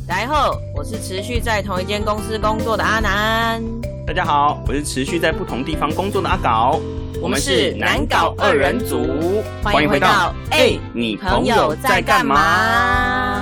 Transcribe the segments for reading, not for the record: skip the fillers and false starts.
大家好，我是持续在同一间公司工作的阿南。 大家好，我是持续在不同地方工作的阿搞。 我们是难搞二人组，欢迎回到你朋友在干嘛？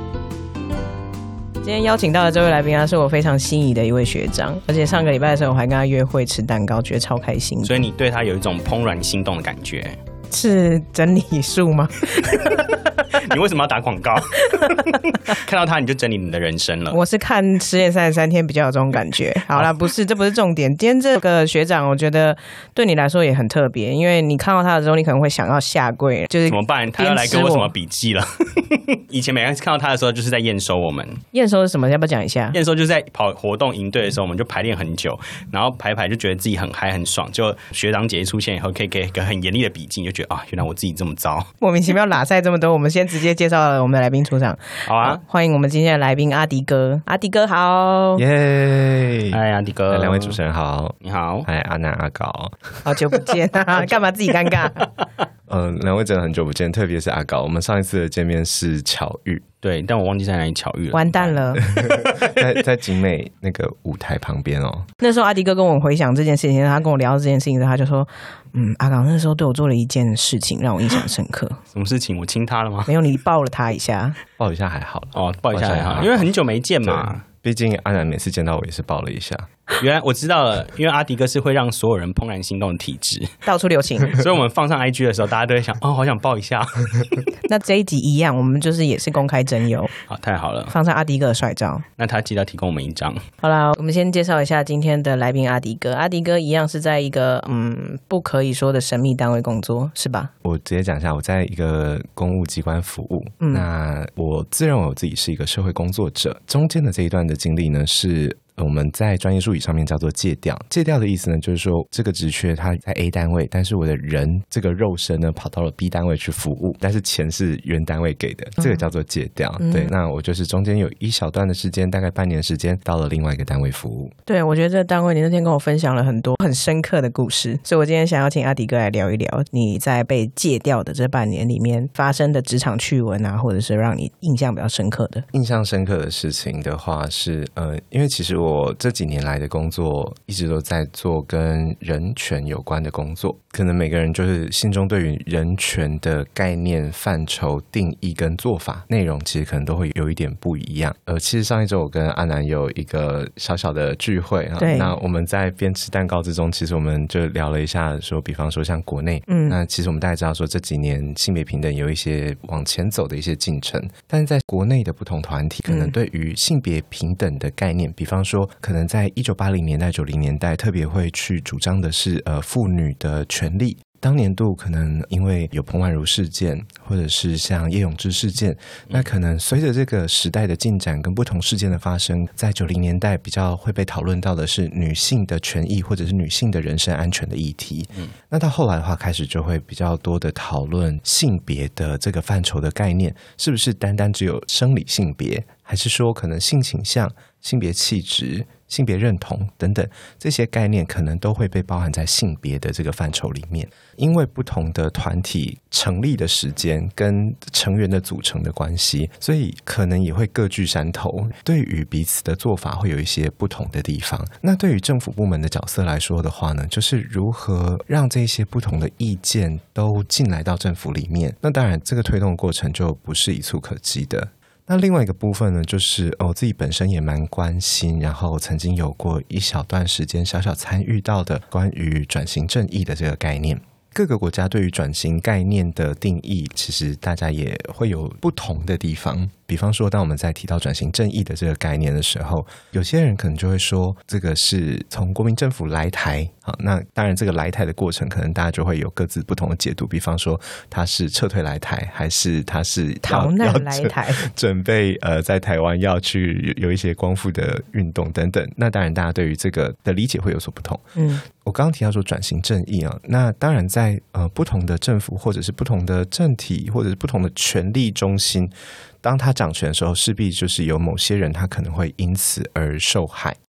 今天邀请到的这位来宾是我非常心仪的一位学长，而且上个礼拜的时候我还跟他约会吃蛋糕，觉得超开心。 所以你对他有一种怦然心动的感觉？ 是整理术吗？ 你为什么要打广告？看到他你就整理你的人生了。 我是看《失恋33天》比较有这种感觉。好啦，这不是重点。今天这个学长，我觉得对你来说也很特别，因为你看到他的时候，你可能会想要下跪，就是怎么办？他要来跟我什么笔记了？以前每次看到他的时候，就是在验收我们。 验收是什么？要不要讲一下？ 验收就是在跑活动营队的时候，我们就排练很久，然后排就觉得自己很嗨很爽。就学长姐一出现以后，可以给个很严厉的笔记，就觉得啊，原来我自己这么糟， 莫名其妙拉塞这么多。我们先直接介绍了我们的来宾出场。 好啊， 欢迎我们今天的来宾阿迪哥。阿迪哥好， 耶！ 嗨，阿迪哥， 两位主持人好， 你好， 嗨，阿南阿搞， 好久不见啊，干嘛自己尴尬？ 两位真的很久不见，特别是阿搞，我们上一次的见面是巧遇， 对，但我忘记在哪里巧遇了， 完蛋了， 在景美那个舞台旁边哦。 那时候阿迪哥跟我回想这件事情，他跟我聊到这件事情的时候，他就说，阿搞那时候对我做了一件事情，让我印象深刻。 什么事情？我亲他了吗？ 没有，你抱了他一下， 抱一下还好哦，抱一下还好，因为很久没见嘛。 毕竟阿南每次见到我也是抱了一下。 原来我知道了，因为阿迪哥是会让所有人怦然心动的体质， 到处留情。 所以我们放上 IG 的时候，大家都会想，哦，好想抱一下。 那这一集一样，我们就是也是公开征友， 好，太好了， 放上阿迪哥的帅照。 那他记得提供我们一张。 好啦，我们先介绍一下今天的来宾阿迪哥。阿迪哥一样是在一个不可以说的神秘单位工作，是吧？ 我直接讲一下，我在一个公务机关服务。那我自认为我自己是一个社会工作者，中间的这一段的经历呢是。我们在专业术语上面叫做借调。借调的意思呢，就是说这个职缺它在 A 单位，但是我的人这个肉身呢跑到了 B 单位去服务，但是钱是原单位给的，这个叫做借调。对，那我就是中间有一小段的时间，大概半年时间，到了另外一个单位服务。 对，我觉得这个单位你那天跟我分享了很多很深刻的故事，所以我今天想要请阿迪哥来聊一聊你在被借调的这半年里面发生的职场趣闻啊，或者是让你印象比较深刻的。 印象深刻的事情的话是因为其实我这几年来的工作一直都在做跟人权有关的工作，可能每个人就是心中对于人权的概念范畴定义跟做法内容其实可能都会有一点不一样。其实上一周我跟阿南有一个小小的聚会啊，那我们在边吃蛋糕之中，其实我们就聊了一下说，比方说像国内，那其实我们大家知道说这几年性别平等有一些往前走的一些进程，但是在国内的不同团体可能对于性别平等的概念，比方说可能在1980年代90年代特别会去主张的是妇女的权利。当年度可能因为有彭婉如事件，或者是像叶永志事件，那可能随着这个时代的进展跟不同事件的发生，在90年代比较会被讨论到的是女性的权益或者是女性的人身安全的议题。那到后来的话开始就会比较多的讨论性别的这个范畴的概念，是不是单单只有生理性别，还是说可能性倾向、性别气质、性别认同等等这些概念可能都会被包含在性别的这个范畴里面。因为不同的团体成立的时间跟成员的组成的关系，所以可能也会各据山头，对于彼此的做法会有一些不同的地方。那对于政府部门的角色来说的话呢，就是如何让这些不同的意见都进来到政府里面。那当然这个推动的过程就不是一蹴可及的。那另外一个部分呢，就是我自己本身也蛮关心，然后曾经有过一小段时间小小参与到的关于转型正义的这个概念。各个国家对于转型概念的定义，其实大家也会有不同的地方。比方说当我们在提到转型正义的这个概念的时候，有些人可能就会说这个是从国民政府来台。那当然这个来台的过程可能大家就会有各自不同的解读，比方说他是撤退来台，还是他是逃难来台， 准备在台湾要去有一些光复的运动等等。那当然大家对于这个的理解会有所不同。我刚刚提到说转型正义啊，那当然在不同的政府或者是不同的政体或者是不同的权力中心，当他掌权的时候，势必就是有某些人他可能会因此而受害。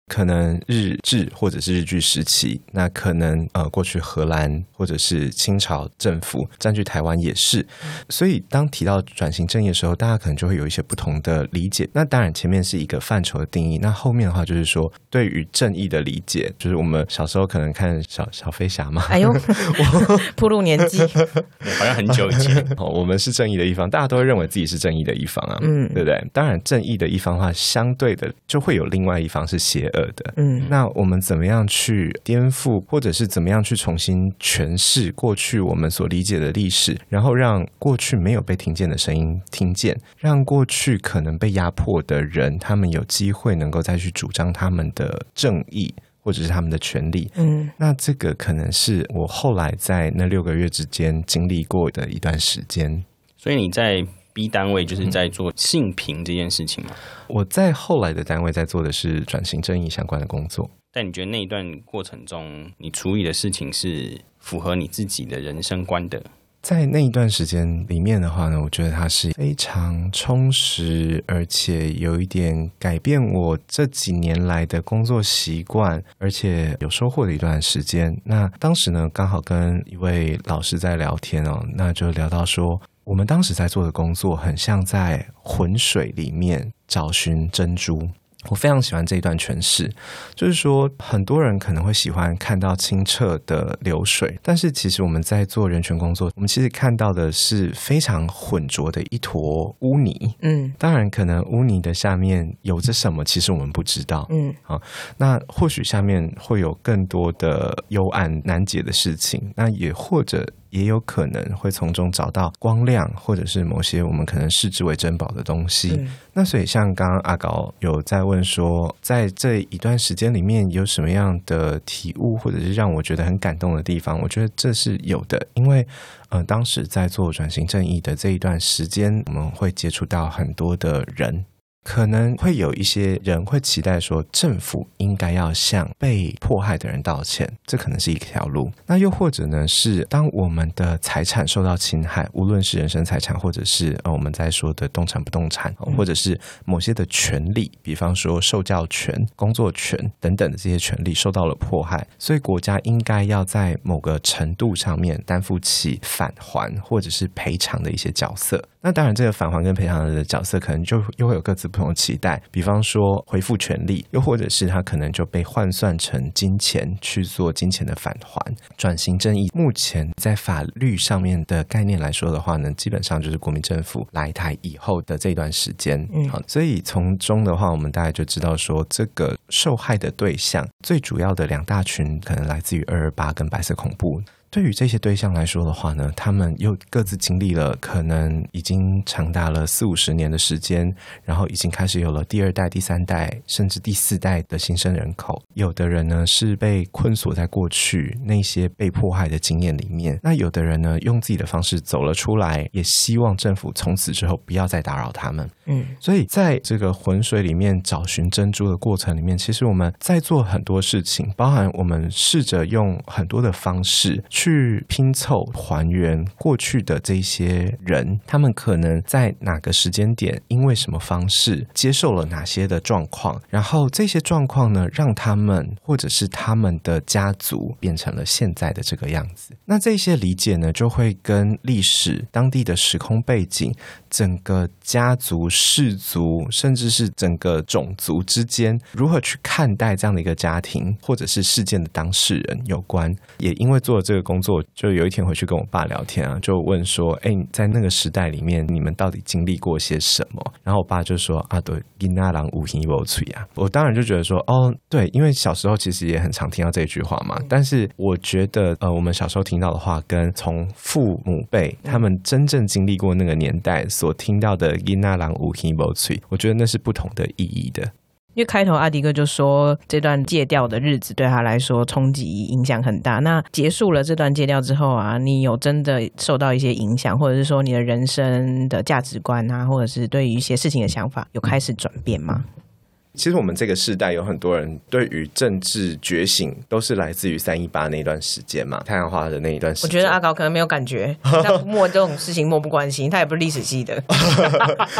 可能日治或者是日据时期，那可能过去荷兰或者是清朝政府占据台湾也是，所以当提到转型正义的时候，大家可能就会有一些不同的理解。那当然前面是一个范畴的定义，那后面的话就是说对于正义的理解，就是我们小时候可能看小飞侠嘛， 哎呦暴露年纪好像很久以前我们是正义的一方，大家都会认为自己是正义的一方啊，对不对？当然正义的一方的话，相对的就会有另外一方是邪恶的，那我们怎么样去颠覆，或者是怎么样去重新诠释过去我们所理解的历史，然后让过去没有被听见的声音听见，让过去可能被压迫的人，他们有机会能够再去主张他们的正义或者是他们的权利。那这个可能是我后来在那6个月之间经历过的一段时间。 所以你在 B 单位就是在做性平这件事情吗？ 我在后来的单位在做的是转型正义相关的工作。 但你觉得那一段过程中你处理的事情是符合你自己的人生观的？ 在那一段时间里面的话呢，我觉得它是非常充实，而且有一点改变我这几年来的工作习惯，而且有收获的一段时间。那当时呢，刚好跟一位老师在聊天哦，那就聊到说，我们当时在做的工作很像在浑水里面找寻珍珠。我非常喜欢这一段诠释，就是说很多人可能会喜欢看到清澈的流水，但是其实我们在做人权工作，我们其实看到的是非常浑浊的一坨污泥。当然可能污泥的下面有着什么，其实我们不知道。那或许下面会有更多的幽暗难解的事情，那也或者也有可能会从中找到光亮，或者是某些我们可能视之为珍宝的东西。那所以像刚刚阿高有在问说，在这一段时间里面有什么样的体悟，或者是让我觉得很感动的地方，我觉得这是有的。因为当时在做转型正义的这一段时间，我们会接触到很多的人，可能会有一些人会期待说政府应该要向被迫害的人道歉，这可能是一条路。那又或者呢，是当我们的财产受到侵害，无论是人身财产，或者是我们在说的动产不动产，或者是某些的权利，比方说受教权、工作权等等的这些权利受到了迫害，所以国家应该要在某个程度上面担负起返还或者是赔偿的一些角色。那当然这个返还跟赔偿的角色可能就又会有各自不同的期待，比方说恢复权利，又或者是他可能就被换算成金钱去做金钱的返还。转型正义目前在法律上面的概念来说的话呢，基本上就是国民政府来台以后的这段时间。所以从中的话，我们大概就知道说，这个受害的对象最主要的2大群可能来自于228跟白色恐怖。对于这些对象来说的话呢，他们又各自经历了可能已经长达了40-50年的时间，然后已经开始有了第2代、第3代甚至第4代的新生人口。有的人呢是被困锁在过去那些被迫害的经验里面，那有的人呢用自己的方式走了出来，也希望政府从此之后不要再打扰他们。所以在这个浑水里面找寻珍珠的过程里面，其实我们在做很多事情，包含我们试着用很多的方式去拼凑还原过去的这些人，他们可能在哪个时间点因为什么方式接受了哪些的状况，然后这些状况呢让他们或者是他们的家族变成了现在的这个样子。那这些理解呢就会跟历史、当地的时空背景、整个家族、氏族甚至是整个种族之间如何去看待这样的一个家庭或者是事件的当事人有关。也因为做了这个工作，就有一天回去跟我爸聊天啊，就问说在那个时代里面你们到底经历过些什么。然后我爸就说对，囡仔人有耳无嘴啊。我当然就觉得说对，因为小时候其实也很常听到这句话嘛，但是我觉得我们小时候听到的话跟从父母辈他们真正经历过那个年代所听到的囡仔人有耳无嘴，我觉得那是不同的意义的。 因为开头阿迪哥就说这段戒掉的日子对他来说冲击影响很大，那结束了这段戒掉之后啊，你有真的受到一些影响，或者是说你的人生的价值观啊，或者是对于一些事情的想法有开始转变吗？ 其实我们这个世代有很多人对于政治觉醒都是来自于318那段时间嘛，太阳花的那一段时间。 我觉得阿高可能没有感觉，他默这种事情漠不关心，他也不是历史系的。 那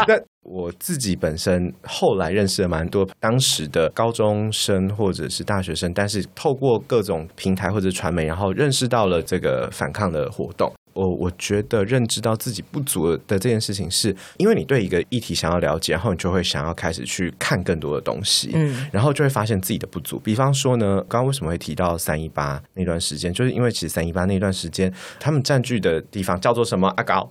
我自己本身后来认识了蛮多当时的高中生或者是大学生，但是透过各种平台或者传媒，然后认识到了这个反抗的活动。我觉得认知到自己不足的这件事情，是因为你对一个议题想要了解，然后你就会想要开始去看更多的东西，然后就会发现自己的不足。比方说呢，刚刚为什么会提到318那段时间，就是因为其实318那段时间他们占据的地方叫做什么？阿高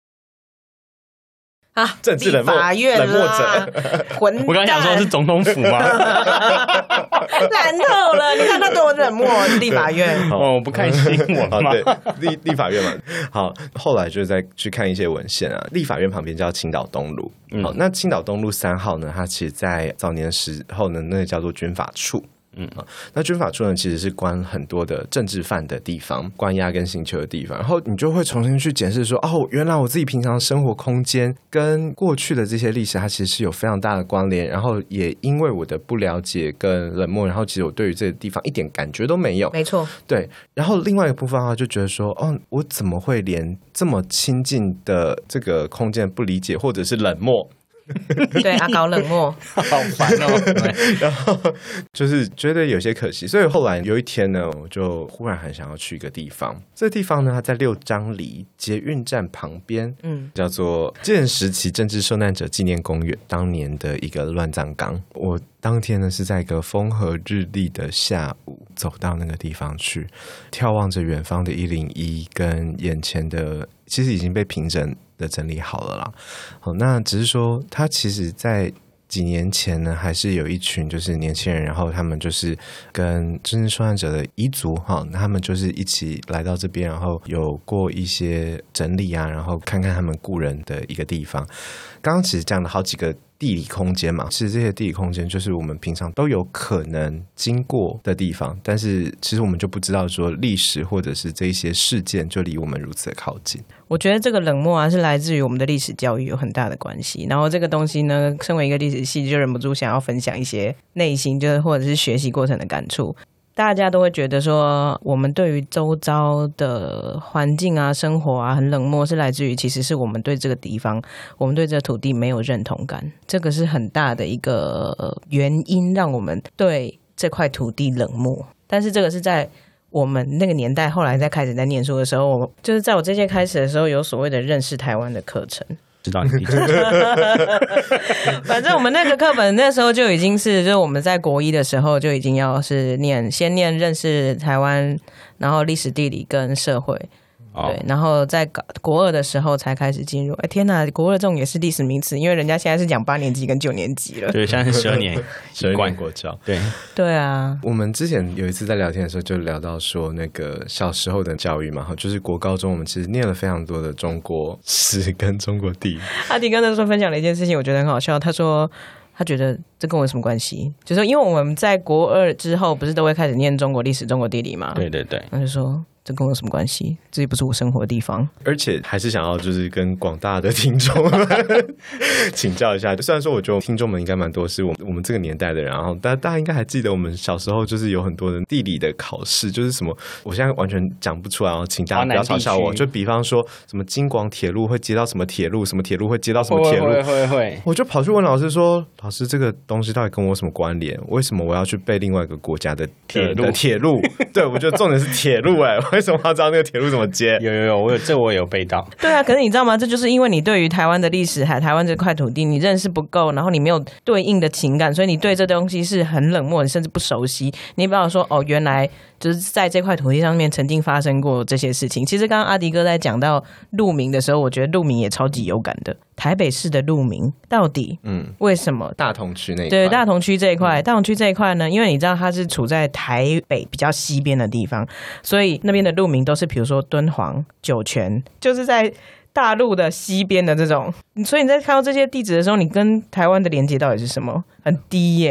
啊， 政治冷漠冷漠者， 混蛋！ 我刚想说是总统府吗？ 烂透了！你看他多冷漠，立法院。 我不看新闻嘛。 对，立法院嘛。好，后来就再去看一些文献啊。立法院旁边叫青岛东路。好，那青岛东路3号呢？它其实在早年的时候呢，那个叫做军法处。那军法处呢，其实是关很多的政治犯的地方，关押跟刑求的地方，然后你就会重新去检视说，哦，原来我自己平常生活空间跟过去的这些历史，它其实是有非常大的关联，然后也因为我的不了解跟冷漠，然后其实我对于这个地方一点感觉都没有。 没错， 对。然后另外一个部分的话，就觉得说，哦，我怎么会连这么亲近的这个空间不理解，或者是冷漠？ 对，阿高冷漠， 好烦哦。 然后就是觉得有些可惜，所以后来有一天呢，我就忽然很想要去一个地方。这个地方呢，它在6张里捷运站旁边，叫做建时期政治受难者纪念公园，当年的一个乱葬岗。我当天呢是在一个风和日丽的下午，走到那个地方去，眺望着远方的101跟眼前的，其实已经被平整理好了啦。好，那只是说他其实在几年前呢，还是有一群就是年轻人，然后他们就是跟政治受难者的遗族他们就是一起来到这边，然后有过一些整理啊，然后看看他们故人的一个地方。刚刚其实讲了好几个地理空间嘛，其实这些地理空间就是我们平常都有可能经过的地方，但是其实我们就不知道说历史或者是这一些事件就离我们如此的靠近。 我觉得这个冷漠啊，是来自于我们的历史教育有很大的关系。然后这个东西呢，身为一个历史系，就忍不住想要分享一些内心，就是或者是学习过程的感触。大家都会觉得说，我们对于周遭的环境啊、生活啊很冷漠，是来自于其实是我们对这个地方、我们对这个土地没有认同感，这个是很大的一个原因，让我们对这块土地冷漠。但是这个是在我们那个年代，后来在开始在念书的时候，就是在我这届开始的时候，有所谓的认识台湾的课程。 知道你反正我们那个课本那时候就已经是，就是我们在国一的时候就已经要是先念认识台湾，然后历史地理跟社会。对，然后在国2的时候才开始进入。哎，天哪，国2这种也是历史名词，因为人家现在是讲8年级跟9年级了。 对，现在是12年国教。 对啊， 我们之前有一次在聊天的时候就聊到说，那个小时候的教育嘛，就是国高中我们其实念了非常多的中国史跟中国地理。 阿迪哥那时候分享了一件事情，我觉得很好笑。他说他觉得这跟我有什么关系？就是因为我们在国2之后不是都会开始念中国历史、中国地理嘛？ 对对对， 他就说这跟我有什么关系？这也不是我生活的地方。 而且还是想要就是跟广大的听众请教一下，虽然说我觉得听众们应该蛮多是我们这个年代的人，然后大家应该还记得我们小时候就是有很多的地理的考试，就是什么我现在完全讲不出来，然后请大家不要嘲笑我。就比方说什么京广铁路会接到什么铁路，什么铁路会接到什么铁路， 会， 我就跑去问老师说，老师这个东西到底跟我有什么关联？为什么我要去背另外一个国家的铁路？对，我觉得重点是铁路为什么要知道那个铁路怎么接？ 有，我也有背到。 对啊，可是你知道吗？这就是因为你对于台湾的历史还台湾这块土地你认识不够，然后你没有对应的情感，所以你对这东西是很冷漠，你甚至不熟悉。你不要说哦，原来就是在这块土地上面曾经发生过这些事情。其实刚刚阿迪哥在讲到路名的时候，我觉得路名也超级有感的。台北市的路名到底为什么大同区那一块？ 对，大同区这一块，大同区这一块呢，因为你知道它是处在台北比较西边的地方，所以那边的路名都是比如说敦煌、酒泉，就是在大陆的西边的这种。所以你在看到这些地址的时候，你跟台湾的连接到底是什么？很低耶。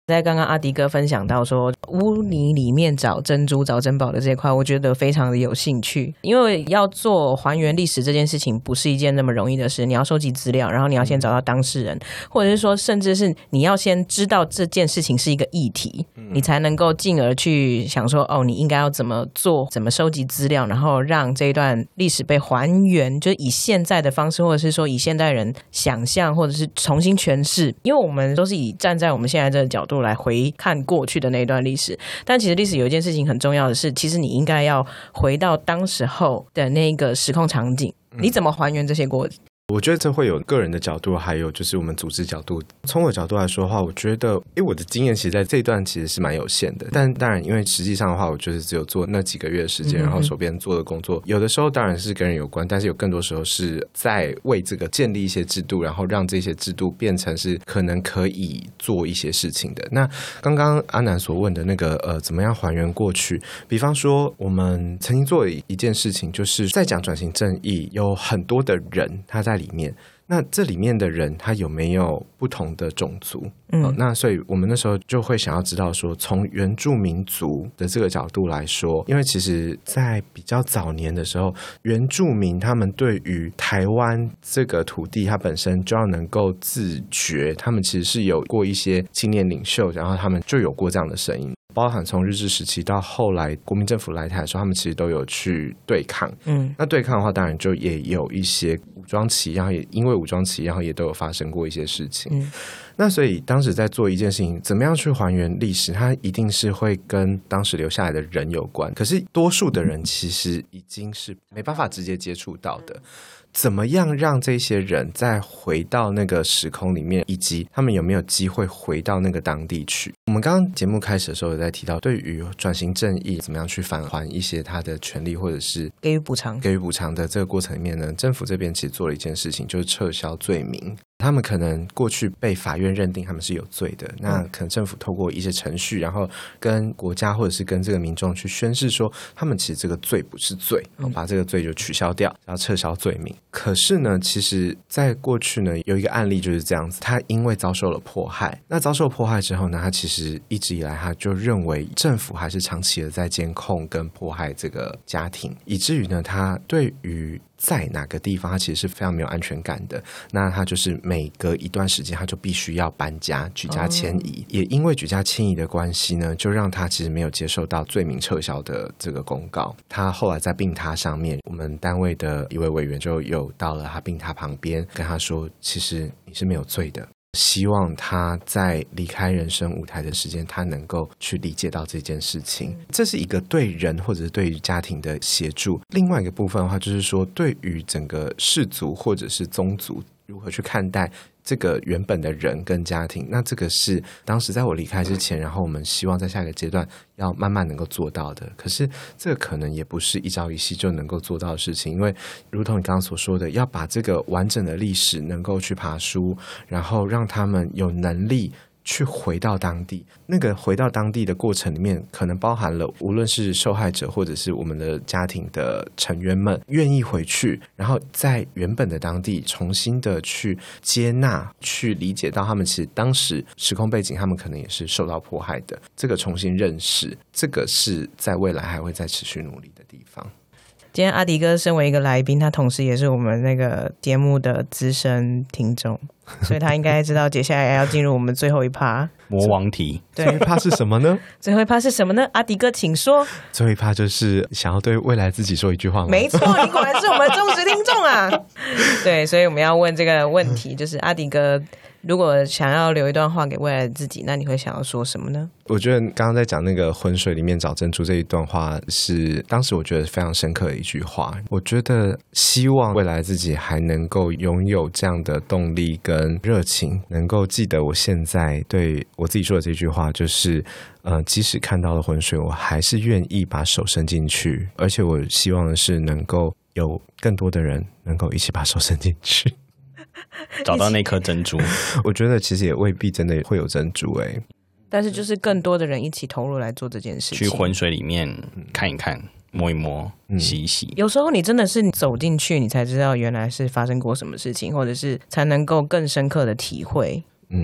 在刚刚阿迪哥分享到说污泥里面找珍珠找珍宝的这一块，我觉得非常的有兴趣，因为要做还原历史这件事情不是一件那么容易的事，你要收集资料，然后你要先找到当事人，或者是说甚至是你要先知道这件事情是一个议题，你才能够进而去想说你应该要怎么做，怎么收集资料，然后让这一段历史被还原，就是以现在的方式，或者是说以现代人想象或者是重新诠释，因为我们都是以站在我们现在这个角度来回看过去的那一段历史，但其实历史有一件事情很重要的是，其实你应该要回到当时候的那个时空场景，你怎么还原这些过程？ 我觉得这会有个人的角度，还有就是我们组织角度。从我的角度来说的话，我觉得因为我的经验其实在这一段其实是蛮有限的，但当然因为实际上的话，我就是只有做那几个月的时间，然后手边做的工作有的时候当然是跟人有关，但是有更多时候是在为这个建立一些制度，然后让这些制度变成是可能可以做一些事情的。那刚刚阿南所问的那个怎么样还原过去，比方说我们曾经做的一件事情，就是在讲转型正义，有很多的人他在里面，那这里面的人他有没有不同的种族？那所以我们那时候就会想要知道说，从原住民族的这个角度来说，因为其实在比较早年的时候，原住民他们对于台湾这个土地它本身就要能够自觉，他们其实是有过一些青年领袖，然后他们就有过这样的声音，包含从日治时期到后来国民政府来台的时候，他们其实都有去对抗。那对抗的话当然就也有一些武装起义，然后也因为武装起义，然后也都有发生过一些事情。那所以当时在做一件事情，怎么样去还原历史，它一定是会跟当时留下来的人有关，可是多数的人其实已经是没办法直接接触到的。怎么样让这些人再回到那个时空里面，以及他们有没有机会回到那个当地去？我们刚刚节目开始的时候有在提到，对于转型正义怎么样去返还一些他的权利，或者是给予补偿的这个过程里面呢，政府这边其实做了一件事情，就是撤销罪名。他们可能过去被法院认定他们是有罪的，那可能政府透过一些程序，然后跟国家或者是跟这个民众去宣示说，他们其实这个罪不是罪，把这个罪就取消掉，然后撤销罪名。可是呢，其实在过去呢，有一个案例就是这样子，他因为遭受了迫害，那遭受迫害之后呢，他其实一直以来他就认为政府还是长期的在监控跟迫害这个家庭，以至于呢，他对于在哪个地方他其实是非常没有安全感的，那他就是每隔一段时间他就必须要搬家举家迁移，也因为举家迁移的关系呢，就让他其实没有接受到罪名撤销的这个公告。他后来在病榻上面，我们单位的一位委员就有到了他病榻旁边跟他说，其实你是没有罪的，希望他在离开人生舞台的时间，他能够去理解到这件事情。这是一个对人或者是对于家庭的协助。另外一个部分的话，就是说对于整个氏族或者是宗族如何去看待这个原本的人跟家庭，那这个是当时在我离开之前，然后我们希望在下一个阶段要慢慢能够做到的。可是这个可能也不是一朝一夕就能够做到的事情，因为如同你刚刚所说的，要把这个完整的历史能够去爬书，然后让他们有能力去回到当地。那个回到当地的过程里面，可能包含了无论是受害者或者是我们的家庭的成员们愿意回去，然后在原本的当地重新的去接纳，去理解到他们其实当时时空背景他们可能也是受到迫害的，这个重新认识，这个是在未来还会再持续努力的地方。 今天阿迪哥身为一个来宾，他同时也是我们那个节目的资深听众，所以他应该知道接下来要进入我们最后一趴魔王题。 最后一趴是什么呢？ 最后一趴是什么呢？阿迪哥请说。 最后一趴就是想要对未来自己说一句话吗？ 没错，你果然是我们忠实听众啊。对，所以我们要问这个问题，就是阿迪哥如果想要留一段话给未来的自己，那你会想要说什么呢？ 我觉得刚刚在讲那个浑水里面找珍珠这一段话，是当时我觉得非常深刻的一句话。我觉得希望未来自己还能够拥有这样的动力跟热情，能够记得我现在对我自己说的这句话，就是即使看到了浑水，我还是愿意把手伸进去，而且我希望的是能够有更多的人能够一起把手伸进去找到那颗珍珠。 我觉得其实也未必真的会有珍珠但是就是更多的人一起投入来做这件事情， 去浑水里面看一看，摸一摸，洗一洗。 有时候你真的是走进去，你才知道原来是发生过什么事情，或者是才能够更深刻的体会。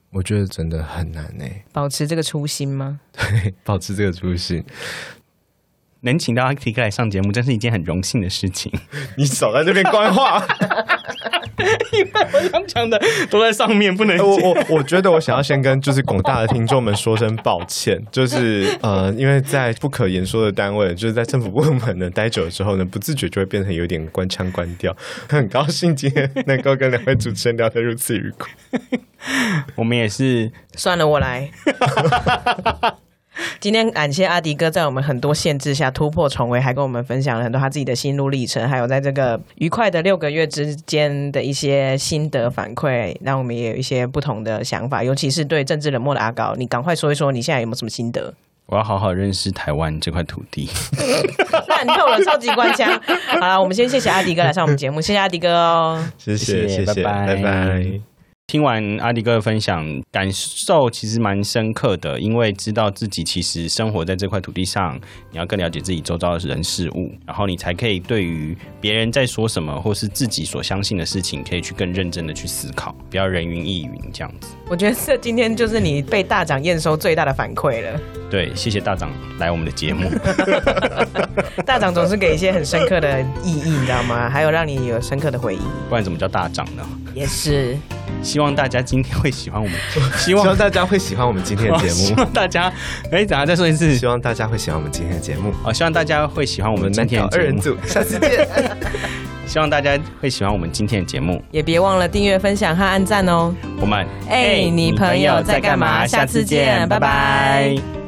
我觉得真的很难保持这个初心吗？ 对，保持这个初心。 能请到阿迪哥来上节目，真是一件很荣幸的事情。 你少在这边官话。 因为我想讲的都在上面，不能我觉得我想要先跟就是广大的听众们说声抱歉，就是因为在不可言说的单位，就是在政府部门呢待久了之后呢，不自觉就会变成有点官腔官调。很高兴今天能够跟两位主持人聊得如此愉快。 我们也是， 算了，我来。今天感谢阿迪哥在我们很多限制下突破重围，还跟我们分享了很多他自己的心路历程，还有在这个愉快的6个月之间的一些心得反馈，让我们也有一些不同的想法，尤其是对政治冷漠的阿高，你赶快说一说你现在有没有什么心得？ 我要好好认识台湾这块土地。 烂透了，超级官腔。好了，我们先谢谢阿迪哥来上我们节目，谢谢阿迪哥哦， 谢谢， 拜拜， 拜拜。 听完阿迪哥的分享，感受其实蛮深刻的，因为知道自己其实生活在这块土地上，你要更了解自己周遭的人事物，然后你才可以对于别人在说什么，或是自己所相信的事情，可以去更认真的去思考，不要人云亦云这样子。我觉得这今天就是你被大长验收最大的反馈了。对，谢谢大长来我们的节目。大长总是给一些很深刻的意义，你知道吗？还有让你有深刻的回忆。不然怎么叫大长呢？也是。希望大家今天会喜欢我们，希望大家会喜欢我们今天的节目。希望大家，等下再说一次。希望大家会喜欢我们今天的节目。希望大家会喜欢我们今天的节目。2人组，下次见。希望大家会喜欢我们今天的节目，也别忘了订阅、分享和按赞哦。我们你朋友在干嘛？下次见，拜拜。